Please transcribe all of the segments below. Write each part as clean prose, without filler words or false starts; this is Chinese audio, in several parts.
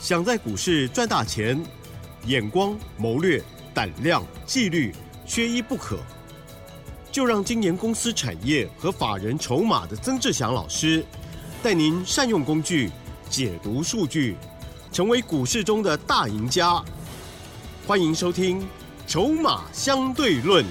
想在股市赚大钱，眼光、谋略、胆量、纪律，缺一不可。就让今年公司产业和法人筹码的曾志祥老师，带您善用工具，解读数据，成为股市中的大赢家。欢迎收听《筹码相对论》。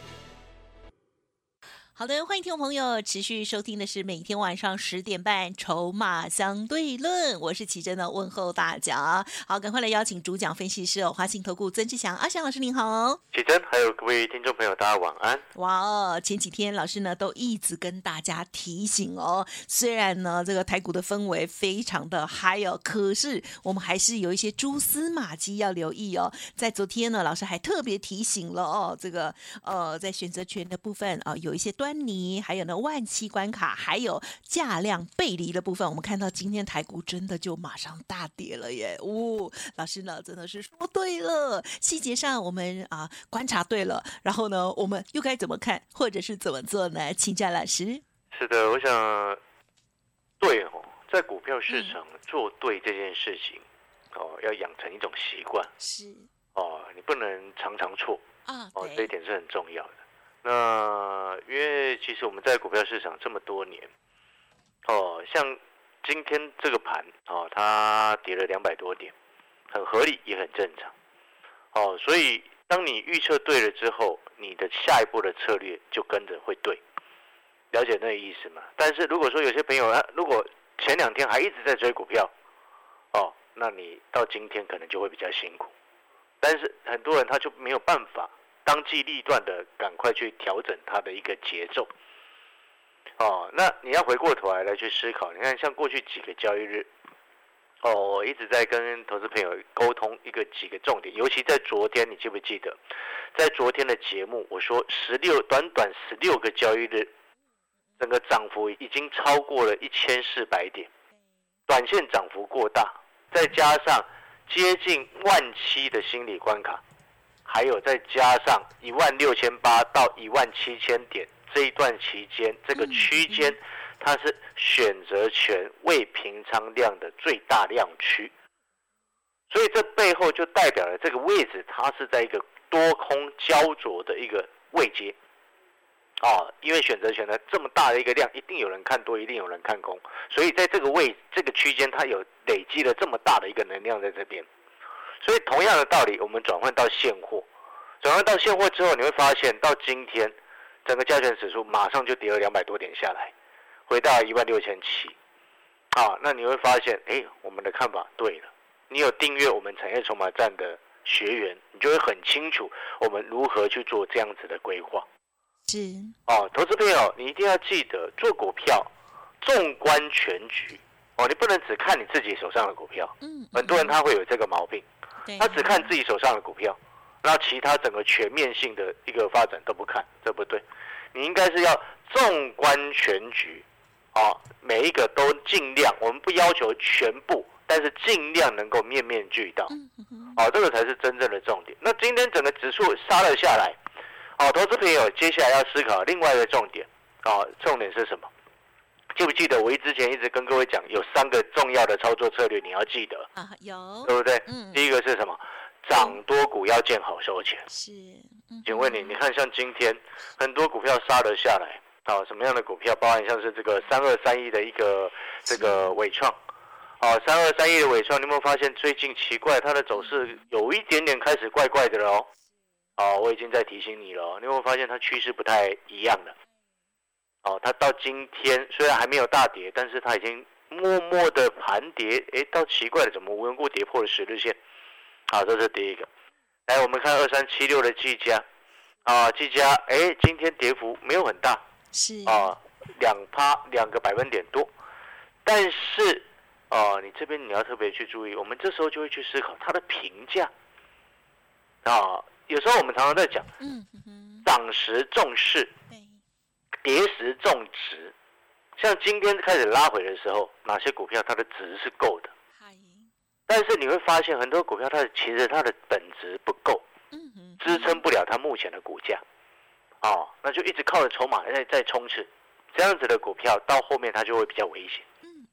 好的，欢迎听众朋友持续收听的是每天晚上10点半《筹码相对论》，我是奇珍的问候大家。好，赶快来邀请主讲分析师华信投顾曾志祥阿祥老师，您好。 奇珍，还有各位听众朋友，大家晚安。 哇，前几天老师呢都一直跟大家提醒哦，虽然呢这个台股的氛围非常的嗨哦，可是我们还是有一些蛛丝马迹要留意哦。在昨天呢，老师还特别提醒了哦，这个在选择权的部分有一些端倪，还有呢万期关卡，还有价量背离的部分，我们看到今天台股真的就马上大跌了耶！老师呢真的是说对了，细节上我们观察对了，然后呢我们又该怎么看，或者是怎么做呢？请教老师。 是的，我想对在股票市场做对这件事情要养成一种习惯， 是你不能常常错这一点是很重要的。那因为其实我们在股票市场这么多年像今天这个盘它跌了200多点，很合理也很正常所以当你预测对了之后，你的下一步的策略就跟着会对，了解那个意思吗？但是如果说有些朋友如果前2天还一直在追股票那你到今天可能就会比较辛苦，但是很多人他就没有办法当机立断的赶快去调整它的一个节奏那你要回过头来去思考，你看像过去几个交易日我一直在跟投资朋友沟通几个重点，尤其在昨天，你记不记得在昨天的节目我说短短16个交易日，整个涨幅已经超过了1400点，短线涨幅过大，再加上接近17000的心理关卡，还有再加上16800到17000点这一段期间，这个区间它是选择权未平仓量的最大量区，所以这背后就代表了这个位置它是在一个多空焦灼的一个位阶因为选择权的这么大的一个量，一定有人看多，一定有人看空，所以在这个区间它有累积了这么大的一个能量在这边。所以同样的道理，我们转换到现货之后，你会发现到今天整个加权指数马上就跌了200多点下来，回到16700那你会发现我们的看法对了。你有订阅我们产业筹码站的学员，你就会很清楚我们如何去做这样子的规划。 是投资朋友，你一定要记得做股票纵观全局你不能只看你自己手上的股票。很多人他会有这个毛病，他只看自己手上的股票，然后其他整个全面性的一个发展都不看，这不对。你应该是要纵观全局每一个都尽量，我们不要求全部，但是尽量能够面面俱到这个才是真正的重点。那今天整个指数杀了下来投资朋友接下来要思考另外一个重点重点是什么？记不记得我之前一直跟各位讲，有3个重要的操作策略你要记得有对不对？第一个是什么？涨多股要见好收钱。 是请问你看像今天很多股票杀了下来什么样的股票？包含像是这个3231的一个这个伟创3231的伟创，你有没有发现最近奇怪它的走势有一点点开始怪怪的了我已经在提醒你了你有没有发现它趋势不太一样了它到今天虽然还没有大跌，但是它已经默默的盘跌到奇怪了，怎么无缘故跌破了10日线这是第一个。来我们看2376的技嘉技嘉今天跌幅没有很大， 是 2个百分点多，但是你这边你要特别去注意，我们这时候就会去思考它的评价有时候我们常常在讲涨时重视，跌时重值。像今天开始拉回的时候，哪些股票它的值是够的，但是你会发现很多股票其实它的本质不够，支撑不了它目前的股价那就一直靠着筹码在冲刺，这样子的股票到后面它就会比较危险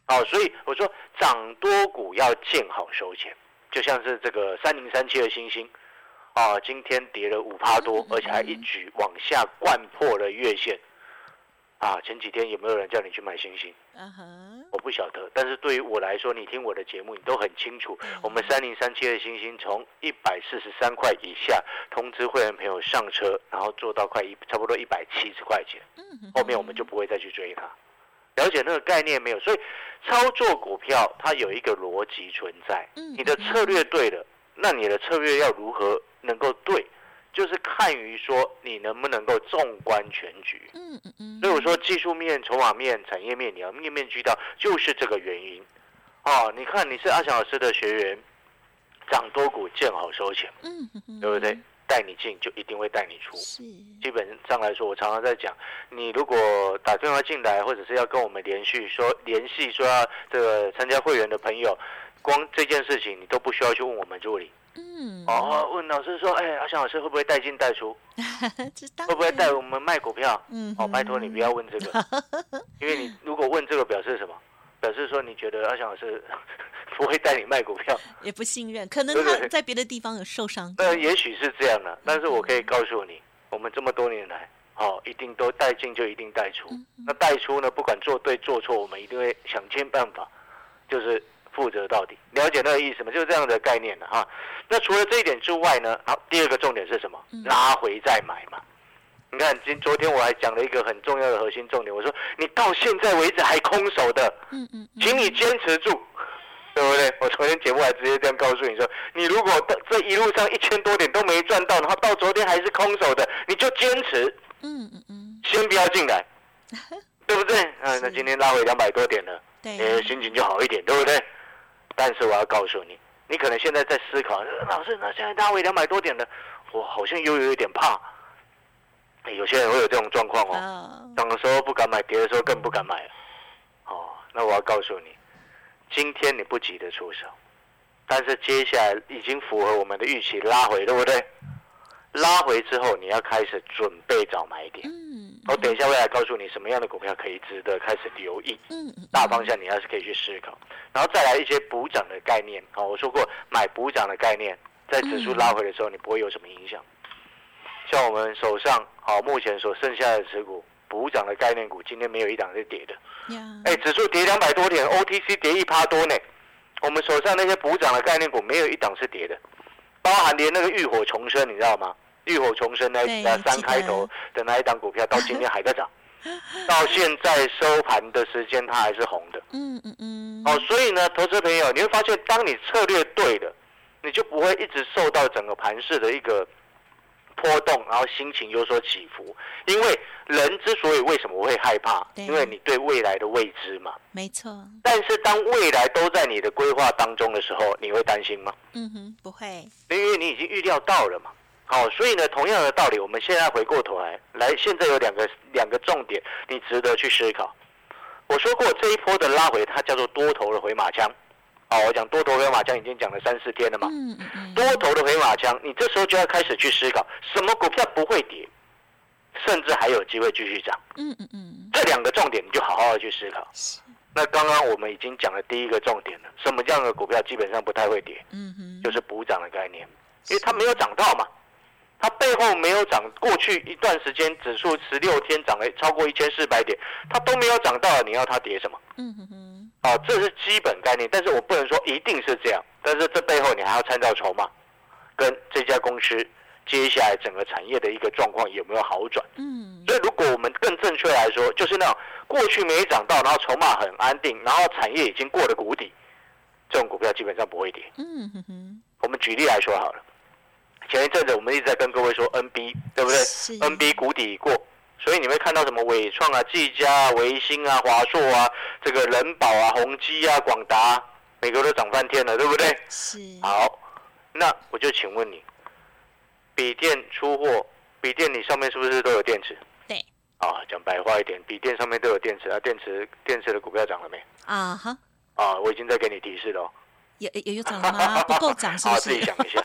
所以我说涨多股要见好收钱，就像是这个3037的星星今天跌了5%多，而且还一举往下灌破了月线前几天有没有人叫你去买星星？我不晓得，但是对于我来说，你听我的节目，你都很清楚，我们3037的星星从143块以下通知会员朋友上车，然后做到差不多170块钱，后面我们就不会再去追它。了解那个概念没有？所以操作股票它有一个逻辑存在，你的策略对了，那你的策略要如何能够对？就是看于说你能不能够纵观全局。所以我说技术面、筹码面、产业面，你要面面俱到，就是这个原因。你看你是阿翔老师的学员，涨多股见好收钱，对不对？带你进就一定会带你出。基本上来说，我常常在讲，你如果打电话进来，或者是要跟我们联系说要这个参加会员的朋友，光这件事情你都不需要去问我们助理。问老师说，阿翔老师会不会带进带出？会不会带我们卖股票？拜托你不要问这个，因为你如果问这个表示什么？表示说你觉得阿翔老师不会带你卖股票， 也不信任，可能他在别的地方有受伤。 也许是这样的，但是我可以告诉你，我们这么多年来，一定都带进就一定带出。那带出呢，不管做对做错，我们一定会想尽办法，就是负责到底。了解那个意思吗？就是这样的概念的那除了这一点之外呢，第二个重点是什么？拉回再买嘛。你看，昨天我还讲了一个很重要的核心重点，我说你到现在为止还空手的，请你坚持住，对不对？我昨天节目还直接这样告诉你说，你如果这一路上1000多点都没赚到，然后到昨天还是空手的，你就坚持，先不要进来，对不对？那今天拉回200多点了，心情就好一点，对不对？但是我要告诉你，你可能现在在思考，老师，那现在拉回200多点了，我好像又有一点怕。有些人会有这种状况涨的时候不敢买，跌的时候更不敢买了。那我要告诉你，今天你不急着出手，但是接下来已经符合我们的预期，拉回，对不对？拉回之后，你要开始准备找买点。我等一下会来告诉你什么样的股票可以值得开始留意。大方向你还是可以去思考，然后再来一些补涨的概念。我说过，买补涨的概念，在指数拉回的时候，你不会有什么影响。像我们手上目前所剩下的持股补涨的概念股，今天没有一档是跌的。指数跌200多点 ，OTC 跌1%多呢。我们手上那些补涨的概念股没有一档是跌的，包含连那个浴火重生，你知道吗？浴火重生那3开头的那一档股票，到今天还在涨，到现在收盘的时间它还是红的。所以呢，投资朋友，你会发现，当你策略对了，你就不会一直受到整个盘势的一个波动，然后心情有所起伏。因为人之所以为什么会害怕，因为你对未来的未知嘛。 没错。 但是当未来都在你的规划当中的时候，你会担心吗？ 不会， 因为你已经预料到了嘛。所以呢，同样的道理，我们现在回过头来，现在有两个重点，你值得去思考。我说过，这一波的拉回，它叫做多头的回马枪。我讲多头回马枪已经讲了3-4天了嘛。多头的回马枪，你这时候就要开始去思考，什么股票不会跌，甚至还有机会继续涨。这2个重点你就好好的去思考。那刚刚我们已经讲了第一个重点了，什么样的股票基本上不太会跌？就是补涨的概念，因为它没有涨到嘛。它背后没有涨，过去一段时间指数16天涨了超过1400点，它都没有涨到了，你要它跌什么？这是基本概念，但是我不能说一定是这样，但是这背后你还要参照筹码，跟这家公司接下来整个产业的一个状况有没有好转。所以如果我们更正确来说，就是那种过去没涨到，然后筹码很安定，然后产业已经过了谷底，这种股票基本上不会跌。我们举例来说好了。前一阵子我们一直在跟各位说 NB， 对不对？NB 谷底已过，所以你会看到什么伟创啊、技嘉啊、微星啊、华硕啊、这个人保啊、宏基啊、广达，每个都涨翻天了，对不对？ 是。 好，那我就请问你，笔电出货，笔电你上面是不是都有电池？ 对。 讲白话一点，笔电上面都有电池啊，电池的股票涨了没？ 我已经在给你提示了。 有涨了吗？不够涨是不是？ 自己想一下。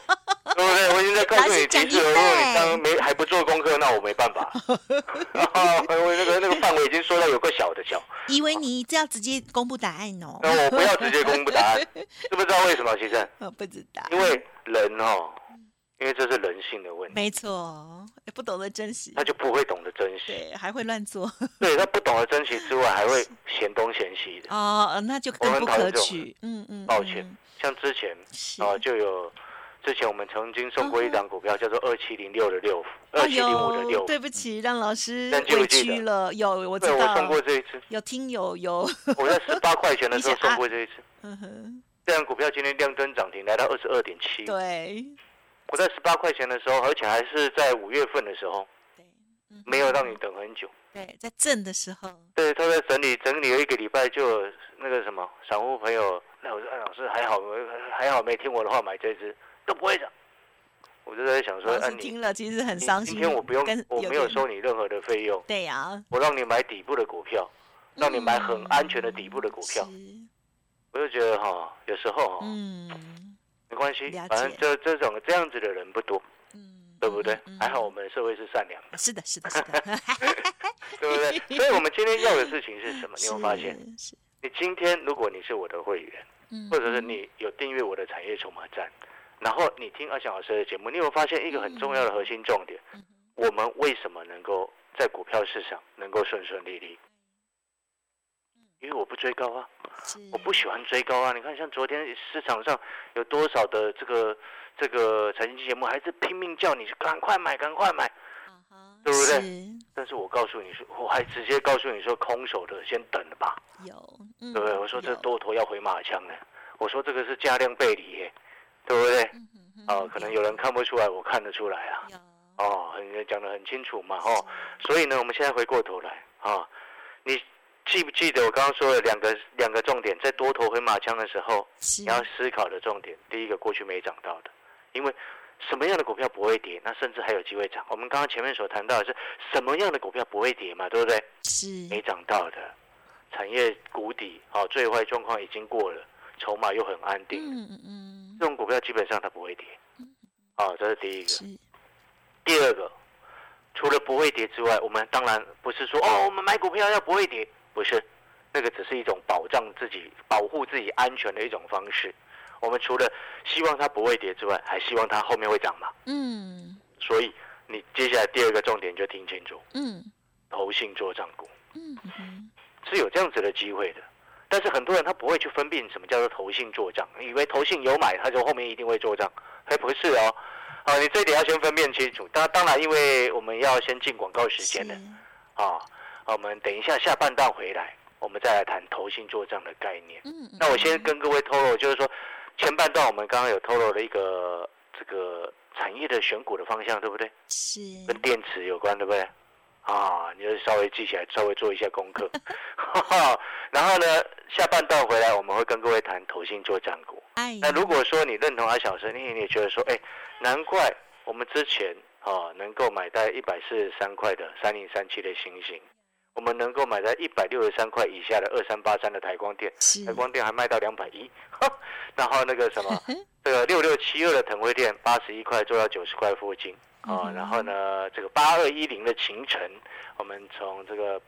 对不对？我已经在告诉你提示了，如果你刚刚还不做功课，那我没办法。我那个范围已经缩到有个小的小。 以为你这要直接公布答案哦？ 那我不要直接公布答案，知不知道为什么？其实不知道， 因为人因为这是人性的问题， 没错，不懂得珍惜， 他就不会懂得珍惜， 对，还会乱做。 对，他不懂得珍惜之外，还会嫌东嫌西的。 那就更不可取。 抱歉，像之前就有，之前我们曾经送过一档股票，叫做2706的六福，2705的六福。 对不起，让老师委屈了。有，我知道。 对，我送过这一次。 有听有。 我在18块钱的时候送过这一次。这档股票今天亮灯涨停，来到22.7。 对。 我在18块钱的时候，而且还是在5月份的时候，没有让你等很久。 对，在正的时候。 对，他在整理了1个礼拜，就有那个什么散户朋友，那我说老师还好没听我的话买这只都不会涨。我就在想说， 老师听了其实很伤心。 今天我没有收你任何的费用。 对呀。我让你买底部的股票，让你买很安全的底部的股票。我就觉得有时候没关系，反正这样子的人不多，对不对？还好我们社会是善良的。 是的。 对不对？所以我们今天要的事情是什么？你有发现？你今天如果你是我的会员，或者是你有订阅我的产业筹码站，然后你听阿翔老师的节目，你有发现一个很重要的核心重点？我们为什么能够在股票市场能够顺顺利利？因为我不追高啊，我不喜欢追高啊。你看，像昨天市场上有多少的这个财经节目，还是拼命叫你赶快买，对不对？但是我告诉你说，我还直接告诉你说，空手的先等了吧。对不对？我说这多头要回马枪呢。我说这个是价量背离耶，对不对？可能有人看不出来，我看得出来啊。讲得很清楚嘛。所以呢，我们现在回过头来你记不记得我刚刚说的两个重点，在多头回马枪的时候，你要思考的重点，第一个过去没涨到的，因为什么样的股票不会跌，那甚至还有机会涨。我们刚刚前面所谈到的是什么样的股票不会跌嘛，对不对？ 是没涨到的，产业谷底最坏状况已经过了，筹码又很安定，这种股票基本上它不会跌，这是第一个。第二个，除了不会跌之外，我们当然不是说我们买股票要不会跌。不是，那个只是一种保护自己安全的一种方式。我们除了希望它不会跌之外，还希望它后面会涨嘛。所以你接下来第二个重点就听清楚。投信做账股。是有这样子的机会的，但是很多人他不会去分辨什么叫做投信做账，以为投信有买，他就后面一定会做账，不是哦。你这一点要先分辨清楚。当然，因为我们要先进广告时间了。我们等一下下半段回来，我们再来谈投信做账的概念。那我先跟各位透露，就是说前半段我们刚刚有透露了一个这个产业的选股的方向，对不对？ 是跟电池有关，对不对？你就稍微记起来，稍微做一下功课。然后呢，下半段回来我们会跟各位谈投信做账股。那如果说你认同阿小生，你也觉得说，难怪我们之前能够买在143块的3037的星星，我们能够买在163块以下的2383的台光电，台光电还卖到210，然后那个什么，这个6672的腾辉电81块做到90块附近。然后呢，这个8210的勤诚，我们从这个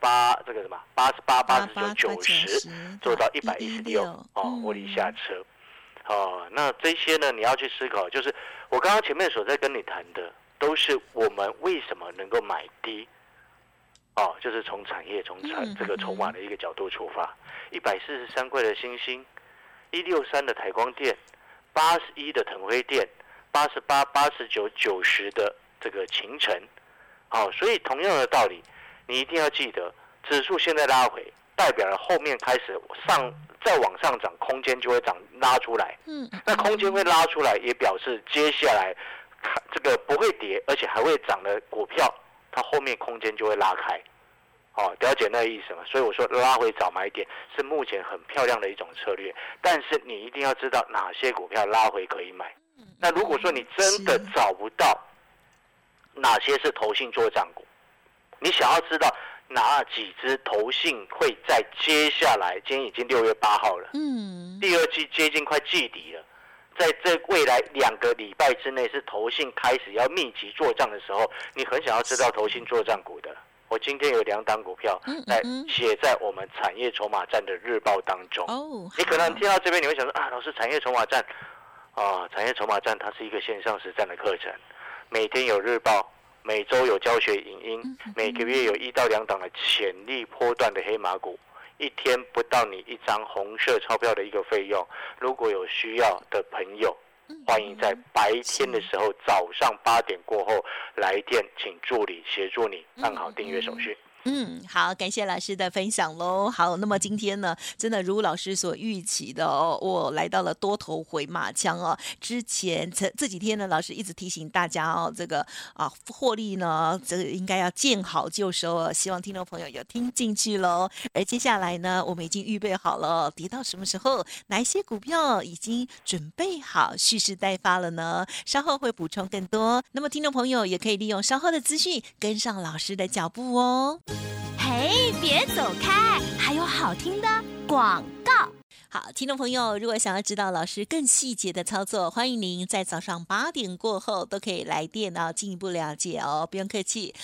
88、89、90做到116，获利下车。那这些呢，你要去思考，就是我刚刚前面所在跟你谈的，都是我们为什么能够买低。就是从产业、从这个筹码的一个角度出发，143块的星星，163的台光电，81的腾辉电，88、89、90的这个勤诚，所以同样的道理，你一定要记得，指数现在拉回，代表了后面开始再往上涨，空间就会拉出来。那空间会拉出来，也表示接下来这个不会跌，而且还会涨的股票，它后面空间就会拉开。了解那个意思吗？所以我说拉回早买点是目前很漂亮的一种策略，但是你一定要知道哪些股票拉回可以买。那如果说你真的找不到哪些是投信做账股，你想要知道哪几只投信会在接下来，今天已经6月8号了，第二季接近快季底了， 在这未来2个礼拜之内是投信开始要密集做账的时候，你很想要知道投信做账股的。我今天有2档股票写在我们产业筹码战的日报当中。你可能听到这边你会想说啊，老师，产业筹码战啊，产业筹码战它是一个线上实战的课程，每天有日报，每周有教学影音，每个月有1到2档的潜力波段的黑马股。一天不到你1张红色钞票的一个费用，如果有需要的朋友，欢迎在白天的时候，早上8点过后来电，请助理协助你办好订阅手续。 好，感谢老师的分享喽。好，那么今天呢，真的如老师所预期的哦，我来到了多头回马枪哦。之前这几天呢，老师一直提醒大家哦，这个获利呢，这个应该要见好就收哦。希望听众朋友有听进去喽。而接下来呢，我们已经预备好了，跌到什么时候，哪一些股票已经准备好蓄势待发了呢？稍后会补充更多。那么听众朋友也可以利用稍后的资讯跟上老师的脚步哦。 嘿，别走开，还有好听的广告。 好，听众朋友，如果想要知道老师更细节的操作，欢迎您在早上8点过后都可以来电进一步了解哦，不用客气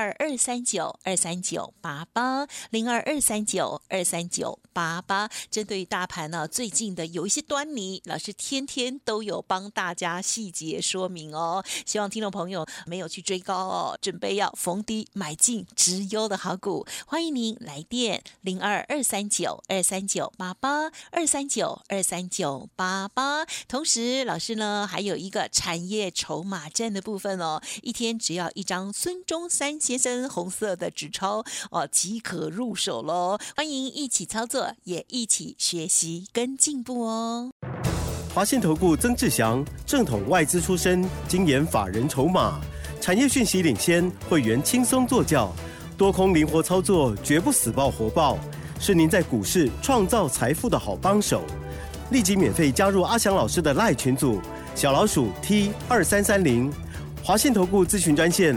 ，02-239-23988，02-239-23988。针对于大盘呢，最近的有一些端倪，老师天天都有帮大家细节说明哦。希望听众朋友没有去追高哦，准备要逢低买进直优的好股，欢迎您来电02-239-23988。同时老师呢还有一个产业筹码战的部分哦，一天只要1张孙中山先生红色的纸钞即可入手咯。欢迎一起操作，也一起学习跟进步哦。 华信投顾曾志祥，正统外资出身，精研法人筹码，产业讯息领先，会员轻松做教，多空灵活操作，绝不死抱活抱，是您在股市创造财富的好帮手。立即免费加入阿翔老师的 LINE 群组，小老鼠 T2330，华信投顾咨询专线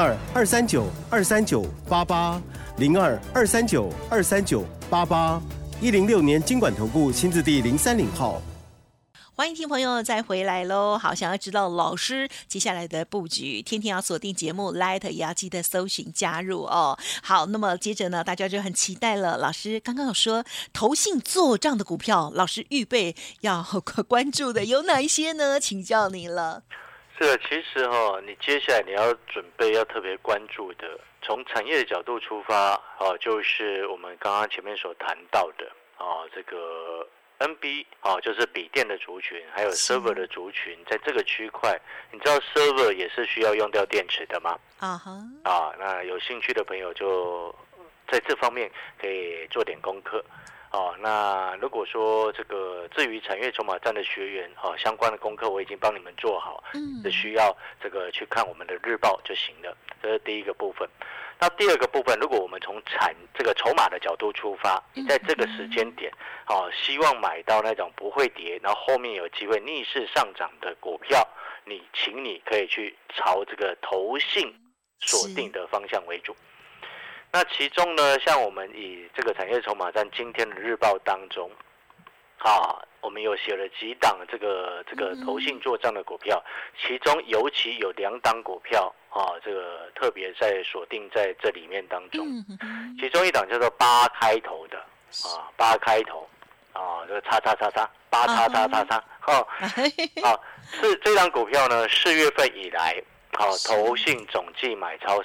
02-239-23988，02-239-23988，106年金管投顾新字第030号。 欢迎听朋友再回来喽！好，想要知道老师接下来的布局，天天要锁定节目 ，Light 也要记得搜寻加入哦。好，那么接着呢，大家就很期待了。老师刚刚有说投信做账的股票，老师预备要关注的有哪一些呢？请教您了。 是的，其实你接下来你要准备要特别关注的，从产业的角度出发就是我们刚刚前面所谈到的这个。NB 就是笔电的族群，还有 server 的族群，在这个区块，你知道 server 也是需要用掉电池的吗？那有兴趣的朋友就在这方面可以做点功课。那如果说这个至于产业筹码战的学员相关的功课我已经帮你们做好，只需要这个去看我们的日报就行了。这是第一个部分。那第二个部分，如果我们从这个筹码的角度出发，你在这个时间点希望买到那种不会跌，然后后面有机会逆势上涨的股票，请你可以去朝这个投信锁定的方向为主。那其中呢，像我们以这个产业筹码战今天的日报当中我们有写了几档这个投信做账的股票，其中尤其有2档股票这个特别在锁定在这里面当中，其中一档叫做8开头的8开头这个叉叉叉叉8叉叉叉叉是这档股票呢，4月份以来投信总计买超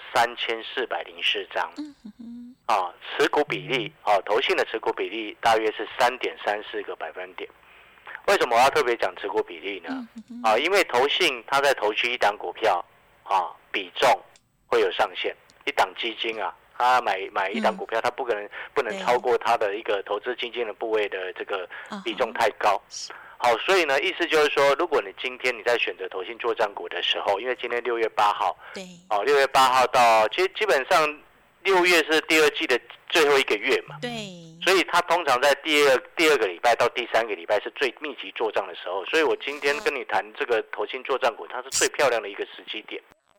3404张。持股比例投信的持股比例大约是3.34个百分点。为什么我要特别讲持股比例呢？因为投信它在投资一档股票比重会有上限，一档基金他买一档股票，他不能超过他的一个投资基金的部位的这个比重太高。好，所以呢，意思就是说，如果你今天你在选择投信作战股的时候，因为今天6月8号，对，6月8号到其实基本上6月是第2季的最后1个月嘛，对，所以它通常在第二个礼拜到第3个礼拜是最密集作战的时候，所以我今天跟你谈这个投信作战股，它是最漂亮的一个时机点。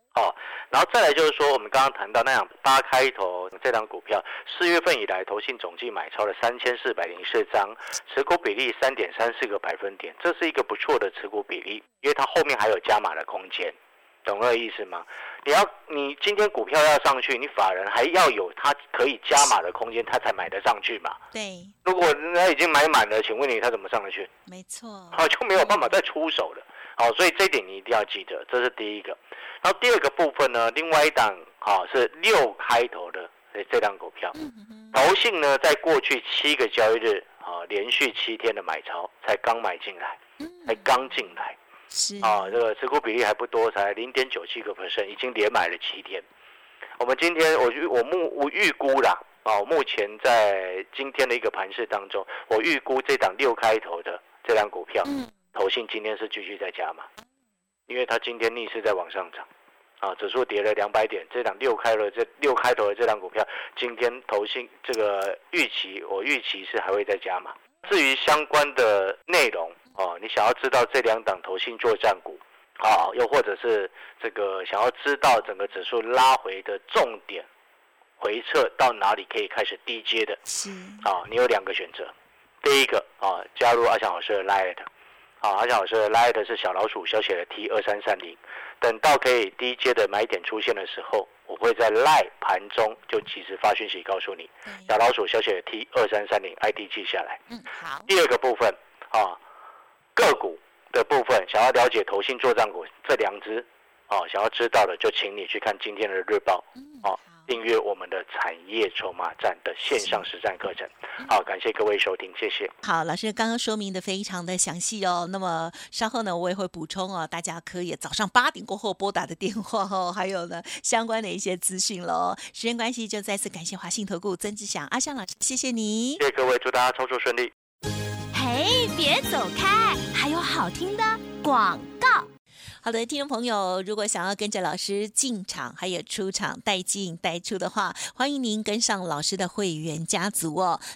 然后再来就是说，我们刚刚谈到那样8开头这档股票，4月份以来投信总计买超了3404张，持股比例3.34个百分点，这是一个不错的持股比例，因为它后面还有加码的空间，懂那个意思吗？你今天股票要上去，你法人还要有它可以加码的空间，它才买得上去嘛。 对。 如果人家已经买满了，请问你他怎么上得去？ 没错。 就没有办法再出手了。所以这一点你一定要记得，这是第一个。然后第二个部分呢，另外一档是6开头的这档股票，投信呢在过去7个交易日连续7天的买超，才刚买进来，才刚进来，这个持股比例还不多，才0.97%，已经连买了7天。我们今天我预估啦，目前在今天的一个盘势当中，我预估这档6开头的这档股票，投信今天是继续在加码。因为它今天逆势在往上涨，指数跌了200点，这档6开头的这档股票，今天投信这个我预期是还会再加码。至于相关的内容，你想要知道这2档投信作战股，又或者是这个想要知道整个指数拉回的重点，回撤到哪里可以开始低接的，你有2个选择。第一个加入阿翔老师的 Line。阿翔老师的 Line 是小老鼠小写的 T2330， 等到可以低阶的买点出现的时候，我会在 Line 盘中就及时发讯息告诉你，小老鼠小写的 T2330 ID 记下来。 好。第二个部分个股的部分，想要了解投信作战股这2只想要知道的，就请你去看今天的日报订阅我们的产业筹码站的线上实战课程。好，感谢各位收听，谢谢。 好，老师刚刚说明的非常的详细哦。那么稍后呢，我也会补充大家可以早上8点过后拨打的电话还有呢相关的一些资讯喽。时间关系，就再次感谢华信投顾曾志祥阿翔老师，谢谢你。 谢谢各位，祝大家操作顺利。 嘿，别走开，还有好听的广告。 好的，听众朋友，如果想要跟着老师进场还有出场带进带出的话，欢迎您跟上老师的会员家族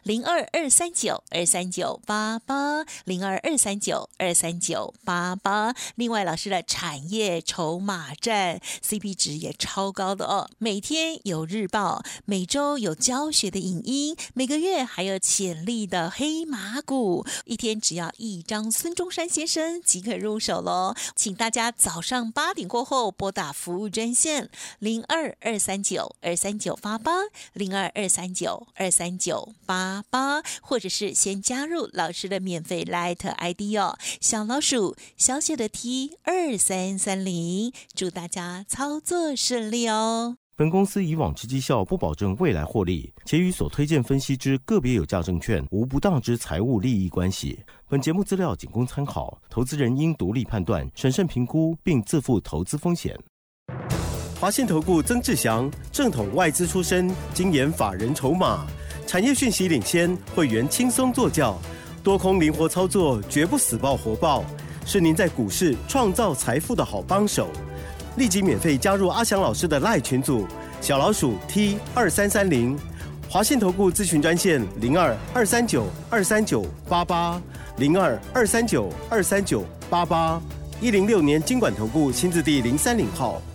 0223923988239另外老师的产业筹码站 CP 值也超高的每天有日报，每周有教学的影音，每个月还有潜力的黑马股，一天只要1张孙中山先生即可入手咯。请大家早上8点过后拨打服务专线0223923988或者是先加入老师的免费 Lite ID 小老鼠小写的 T2330，祝大家操作顺利哦。 本公司以往之绩效不保证未来获利，且与所推荐分析之个别有价证券无不当之财务利益关系。本节目资料仅供参考，投资人应独立判断、审慎评估，并自负投资风险。华信投顾曾志祥，正统外资出身，精研法人筹码，产业讯息领先，会员轻松做教，多空灵活操作，绝不死抱活抱，是您在股市创造财富的好帮手。立即免费加入阿翔老师的 LINE 群组，小老鼠 T2330，华信投顾咨询专线02-239-23988，02-239-23988，106年金管投顾新字第030号。